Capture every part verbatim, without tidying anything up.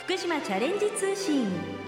福島チャレンジ通信。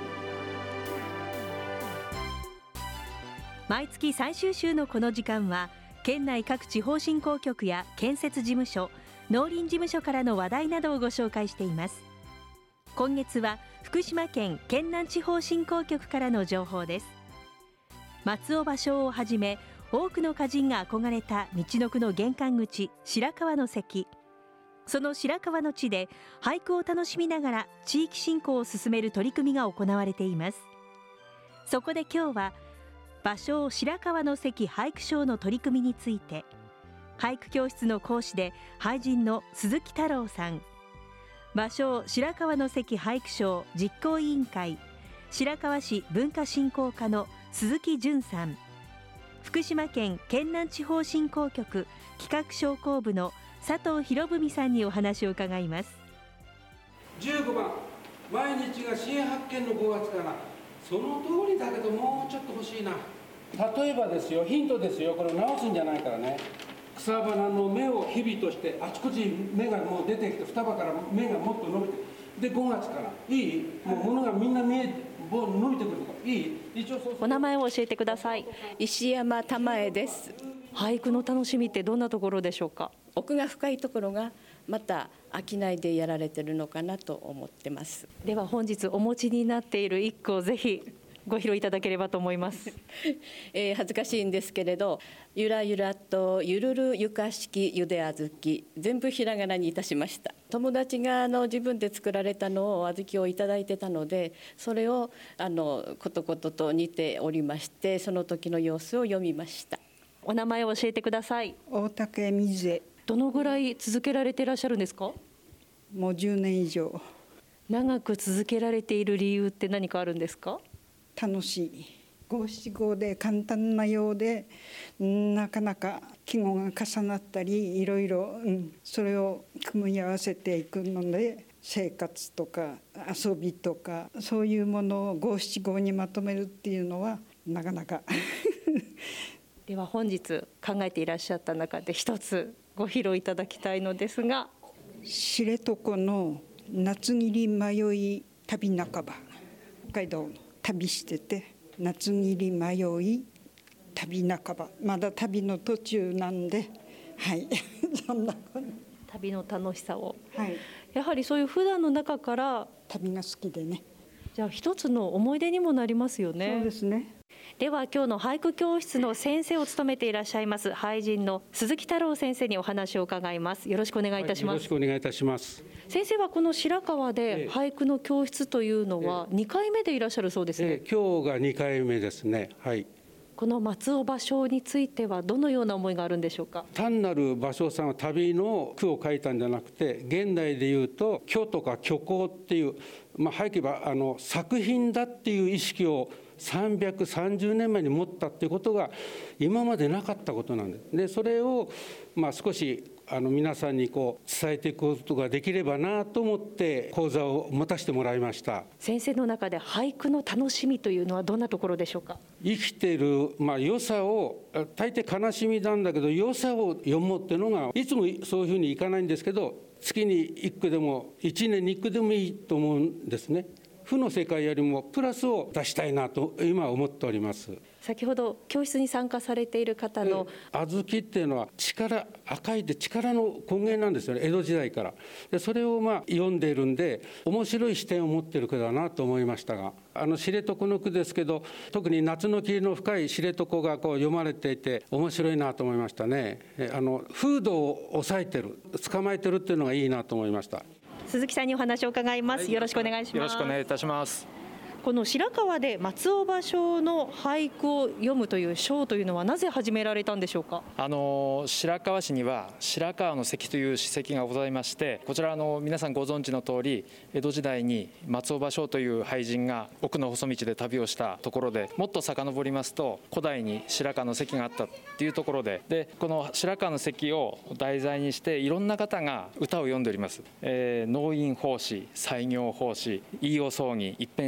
毎月最終週のこの時間は、県内各地方振興局や建設事務所、農林事務所からの話題などをご紹介しています。今月は福島県県南地方振興局からの情報です。松尾芭蕉をはじめ、多くの歌人が憧れたみちのくの玄関口、白河の関。その白河の地で俳句を楽しみながら地域振興を進める取り組みが行われています。そこで今日は芭蕉白河の関俳句賞の取り組みについて、俳句教室の講師で俳人の鈴木太郎さん、芭蕉白河の関俳句賞実行委員会白河市文化振興課の鈴木淳さん、福島県県南地方振興局企画商工部の佐藤博文さんにお話を伺います。 じゅうごばん、毎日が新発見のごがつかな。その通りだけど、もうちょっと欲しいな。例えばですよ、ヒントですよ、これ直すんじゃないからね。草花の芽を日々としてあちこち芽がもう出てきて、双葉から芽がもっと伸びて、でごがつからいい、もう物がみんな見えて伸びてくるとかいい。一応そうそう。 お名前を教えてください。 石山玉江です。 俳句の楽しみってどんなところでしょうか。 奥が深いところがまた商いでやられてるのかなと思ってます。 では本日お持ちになっている一句をぜひご披露いただければと思います。 えー、恥ずかしいんですけれど、ゆらゆらとゆるるゆかしきゆであずき、全部ひらがなにいたしました。友達があの自分で作られたのをあずきをいただいてたので、それをあのことことと似ておりまして、その時の様子を読みました。 お名前を教えてください。 大竹水江。 どのぐらい続けられていらっしゃるんですか。 もうじゅうねん以上。 長く続けられている理由って何かあるんですか。 楽しい。五七五で簡単なようで、なかなか季語が重なったりいろいろ、うん、それを組み合わせていくので、生活とか遊びとかそういうものを五七五にまとめるっていうのはなかなかでは本日考えていらっしゃった中で一つご披露いただきたいのですが、 知床の夏切り迷い旅半ば。北海道の旅してて、夏切り迷い旅半ば、まだ旅の途中なんで、はいそんな旅の楽しさを、 はい、 やはりそういう普段の中から旅が好きでね。 じゃあ一つの思い出にもなりますよね。 そうですね。 では今日の俳句教室の先生を務めていらっしゃいます俳人の鈴木太郎先生にお話を伺います。よろしくお願いいたします。 はい、よろしくお願いいたします。 先生はこの白河で俳句の教室というのはにかいめでいらっしゃるそうですね。 ええ、今日がにかいめですね。はい。 この松尾芭蕉についてはどのような思いがあるんでしょうか。 単なる芭蕉さんは旅の句を書いたんじゃなくて、現代でいうと虚とか虚構っていう、まあ、早ければあの作品だっていう意識をさんびゃくさんじゅうねんまえに持ったっていうことが今までなかったことなんです。でそれをまあ少しあの皆さんにこう伝えていくことができればなと思って講座を持たせてもらいました。 先生の中で俳句の楽しみというのはどんなところでしょうか。 生きている、まあ、良さを、大抵悲しみなんだけど良さを読もうっていうのがいつもそういうふうにいかないんですけど、月にいっくでもいちねんにいっくでもいいと思うんですね。負の世界よりもプラスを出したいなと今思っております。 先ほど教室に参加されている方の小豆っていうのは力、赤いで力の根源なんですよね、江戸時代から。でそれをまあ読んでいるんで、面白い視点を持っている句だなと思いましたが、あの知床の句ですけど、特に夏の霧の深い知床がこう読まれていて面白いなと思いましたね。あの風土を抑えてる、捕まえてるっていうのがいいなと思いました。 鈴木さんにお話を伺います。 はい、 よろしくお願いします。 よろしくお願いいたします。 この白河で松尾芭蕉の俳句を読むという賞というのはなぜ始められたんでしょうか。 あの白河市には白河の関という史跡がございまして、こちらの皆さんご存知の通り、江戸時代に松尾芭蕉という俳人が奥の細道で旅をしたところで、もっと遡りますと古代に白河の関があったっていうところで、でこの白河の関を題材にしていろんな方が歌を詠んでおります。えー、農院法師、西行法師、飯尾葬儀、一辺上人、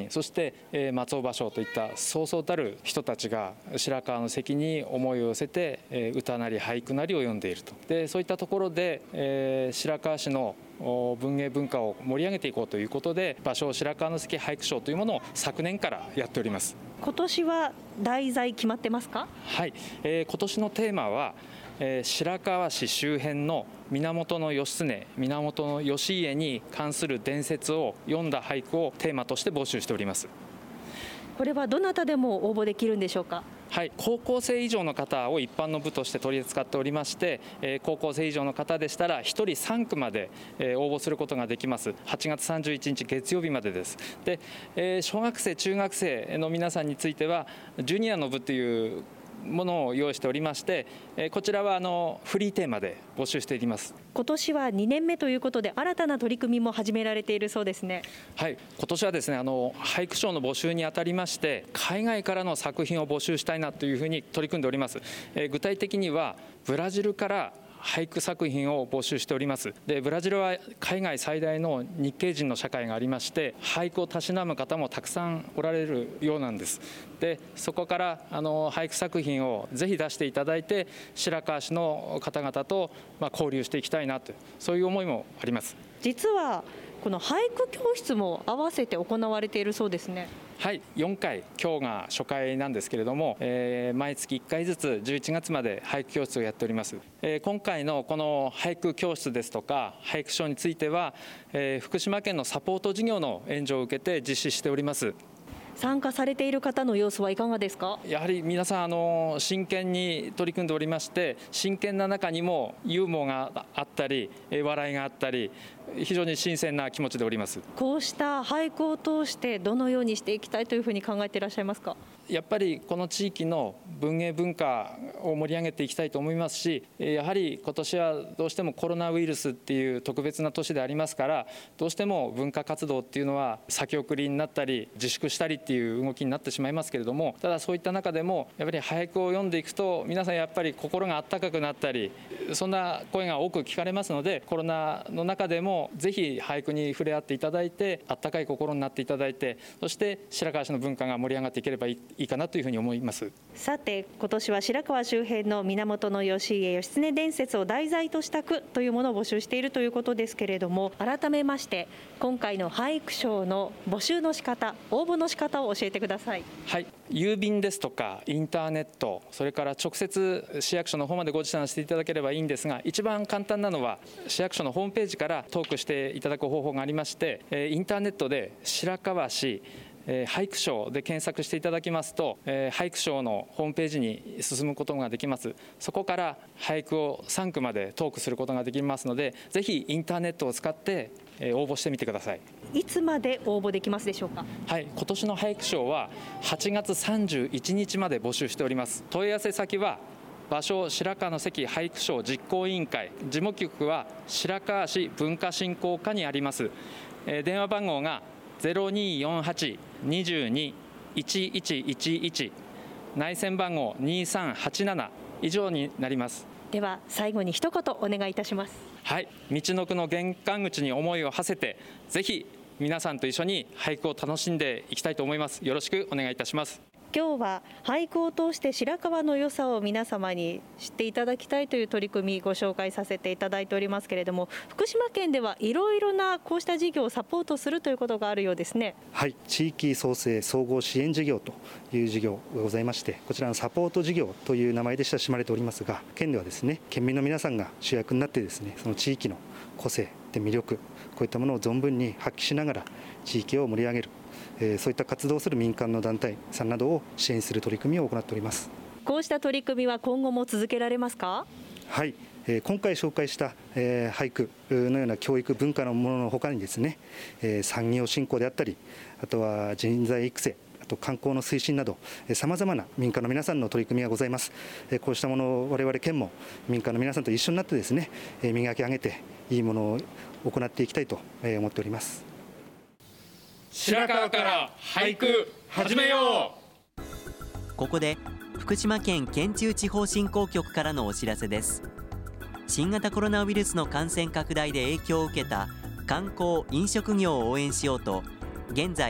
人、そして松尾芭蕉といったそうそうたる人たちが白河の関に思いを寄せて歌なり俳句なりを詠んでいると。でそういったところで、えー、白河市の文芸文化を盛り上げていこうということで、芭蕉白河の関俳句賞というものを昨年からやっております。 今年は題材決まってますか？ はい、えー、今年のテーマは、えー、白河市周辺の源義経、源義家に関する伝説を詠んだ俳句をテーマとして募集しております。 これはどなたでも応募できるんでしょうか？ はい、高校生以上の方を一般の部として取り扱っておりまして、えー、高校生以上の方でしたらひとりさんくまで、えー、応募することができます。はちがつさんじゅういちにち月曜日までです。で、えー、小学生中学生の皆さんについてはジュニアの部というものを用意しておりまして、えー、こちらはあのフリーテーマで募集しています。 今年はにねんめということで新たな取り組みも始められているそうですね。 はい、今年はですね、あの俳句賞の募集にあたりまして海外からの作品を募集したいなというふうに取り組んでおります。えー、具体的にはブラジルから俳句作品を募集しております。でブラジルは海外最大の日系人の社会がありまして、俳句をたしなむ方もたくさんおられるようなんです。でそこからあの俳句作品をぜひ出していただいて白河市の方々と、まあ、交流していきたいなと、そういう思いもあります。 実はこの俳句教室も合わせて行われているそうですね。 はい、よんかい、今日が初回なんですけれども、えー、毎月いっかいずつじゅういちがつまで俳句教室をやっております。えー、今回のこの俳句教室ですとか俳句賞については、えー、福島県のサポート事業の援助を受けて実施しております。 参加されている方の様子はいかがですか？ やはり皆さんあの真剣に取り組んでおりまして、真剣な中にもユーモアがあったり笑いがあったり、非常に新鮮な気持ちでおります。 こうした俳句を通してどのようにしていきたいというふうに考えていらっしゃいますか？ やっぱりこの地域の文芸文化を盛り上げていきたいと思いますし、やはり今年はどうしてもコロナウイルスっていう特別な年でありますから、どうしても文化活動っていうのは先送りになったり自粛したりっていう動きになってしまいますけれども、ただそういった中でもやっぱり俳句を読んでいくと皆さんやっぱり心が温かくなったり、そんな声が多く聞かれますので、コロナの中でもぜひ俳句に触れ合っていただいて、温かい心になっていただいて、そして白河市の文化が盛り上がっていければいいいいかなというふうに思います。 さて今年は白河周辺の源義家義経伝説を題材とした句というものを募集しているということですけれども、改めまして今回の俳句賞の募集の仕方、応募の仕方を教えてください。 はい、郵便ですとかインターネット、それから直接市役所の方までご持参していただければいいんですが、一番簡単なのは市役所のホームページからトークしていただく方法がありまして、インターネットで白河市えー、俳句賞で検索していただきますと、えー、俳句賞のホームページに進むことができます。そこから俳句をさんくまでトークすることができますので、ぜひインターネットを使って、えー、応募してみてください。 いつまで応募できますでしょうか？はい、 今年の俳句賞ははちがつさんじゅういちにちまで募集しております。問い合わせ先は芭蕉白河の関俳句賞実行委員会、事務局は白河市文化振興課にあります。えー、電話番号がゼロにーよんはち にじゅうに いちいちいちいち、内線番号にさんはちなな以上になります。 では最後に一言お願いいたします。 はい、道のくの玄関口に思いを馳せて、ぜひ皆さんと一緒に俳句を楽しんでいきたいと思います。よろしくお願いいたします。 今日は俳句を通して白河の良さを皆様に知っていただきたいという取り組みご紹介させていただいておりますけれども、福島県ではいろいろなこうした事業をサポートするということがあるようですね。 はい、地域創生総合支援事業という事業がございまして、こちらのサポート事業という名前で親しまれておりますが、県ではですね、県民の皆さんが主役になってですね、その地域の個性で魅力、こういったものを存分に発揮しながら地域を盛り上げる、えー、そういった活動をする民間の団体さんなどを支援する取り組みを行っております。 こうした取り組みは今後も続けられますか？ はい、えー、今回紹介した、えー、俳句のような教育文化のもののほかにですね、えー、産業振興であったり、あとは人材育成、あと観光の推進などさまざまな民間の皆さんの取り組みがございます。えー、こうしたものを我々県も民間の皆さんと一緒になってですね、えー、磨き上げていいものを行っていきたいと思っております。 白河から俳句始めよう。 ここで福島県県中地方振興局からのお知らせです。新型コロナウイルスの感染拡大で影響を受けた観光・飲食業を応援しようと、現在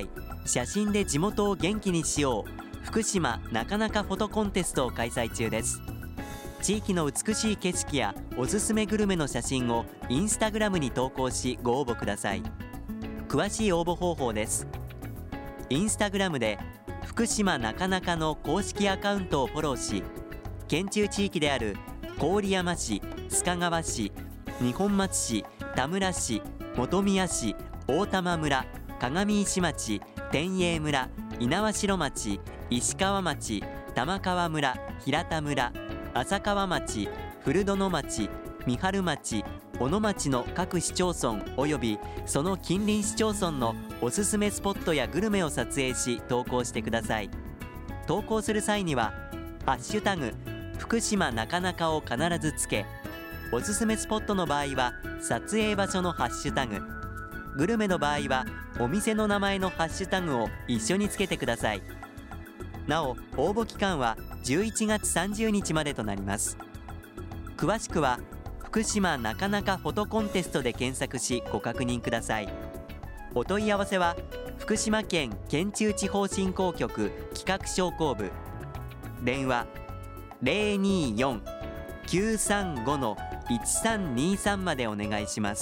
写真で地元を元気にしよう福島なかなかフォトコンテストを開催中です。地域の美しい景色やおすすめグルメの写真をインスタグラムに投稿しご応募ください。詳しい応募方法です。インスタグラムで福島なかなかの公式アカウントをフォローし、県中地域である郡山市、須賀川市、二本松市、田村市、本宮市、大玉村、鏡石町、天栄村、猪苗代町、石川町、玉川村、平田村、浅川町、古殿町、三春町、小野町の各市町村およびその近隣市町村のおすすめスポットやグルメを撮影し投稿してください。投稿する際にはハッシュタグ福島なかなかを必ずつけ、おすすめスポットの場合は撮影場所のハッシュタグ、グルメの場合はお店の名前のハッシュタグを一緒につけてください。なお応募期間はじゅういちがつさんじゅうにちまでとなります。詳しくは福島なかなかフォトコンテストで検索しご確認ください。お問い合わせは福島県県中地方振興局企画商工部、電話 ゼロにーよん きゅうさんご いちさんにさん までお願いします。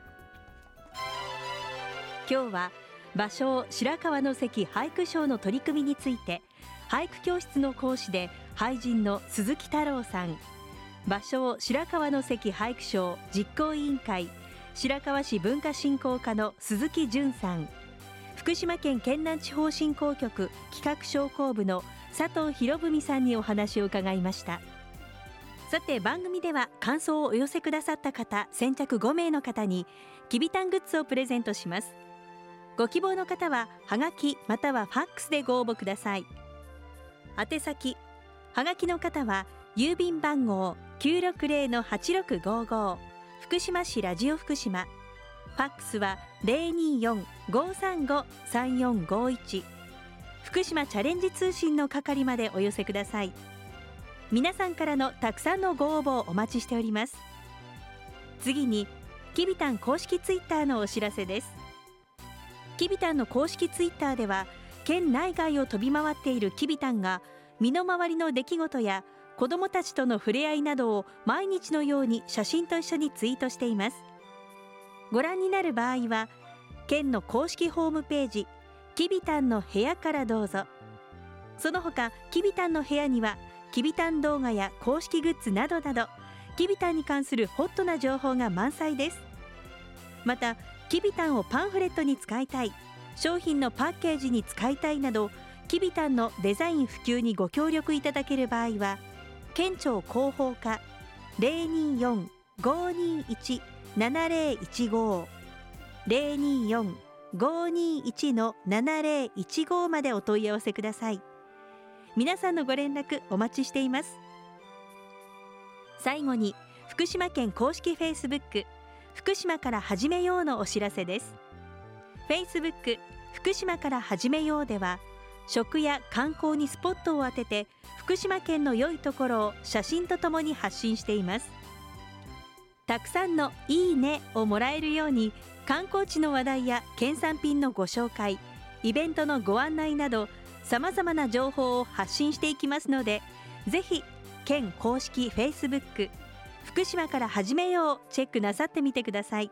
今日は芭蕉白河の関俳句賞の取り組みについて、俳句教室の講師で俳人の鈴木太郎さん、芭蕉白河の関俳句賞実行委員会白河市文化振興課の鈴木淳さん、福島県県南地方振興局企画商工部の佐藤博文さんにお話を伺いました。さて番組では感想をお寄せくださった方先着ごめいの方にきびたんグッズをプレゼントします。ご希望の方ははがきまたはファックスでご応募ください。宛先はがきの方は郵便番号 きゅうろくゼロ はちろくごご 福島市ラジオ福島、ファックスは ゼロにーよん ごーさんご さんよんごいち、福島チャレンジ通信の係までお寄せください。皆さんからのたくさんのご応募をお待ちしております。次にきびたん公式ツイッターのお知らせです。きびたんの公式ツイッターでは県内外を飛び回っているきびたんが身の回りの出来事や子どもたちとの触れ合いなどを毎日のように写真と一緒にツイートしています。ご覧になる場合は県の公式ホームページきびたんの部屋からどうぞ。その他きびたんの部屋にはきびたん動画や公式グッズなどなどきびたんに関するホットな情報が満載です。またきびたんをパンフレットに使いたい、商品のパッケージに使いたいなどきびたんのデザイン普及にご協力いただける場合は県庁広報課 ゼロにーよん ごーにーいち ななゼロいちご ゼロにーよん ごーにーいち ななゼロいちご までお問い合わせください。皆さんのご連絡お待ちしています。最後に福島県公式フェイスブック福島から始めようのお知らせです。フェイスブック福島から始めようでは食や観光にスポットを当てて福島県の良いところを写真とともに発信しています。たくさんのいいねをもらえるように観光地の話題や県産品のご紹介、イベントのご案内などさまざまな情報を発信していきますので、ぜひ県公式フェイスブック福島から始めようチェックなさってみてください。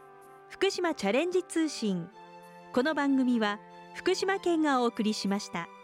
福島チャレンジ通信、この番組は福島県がお送りしました。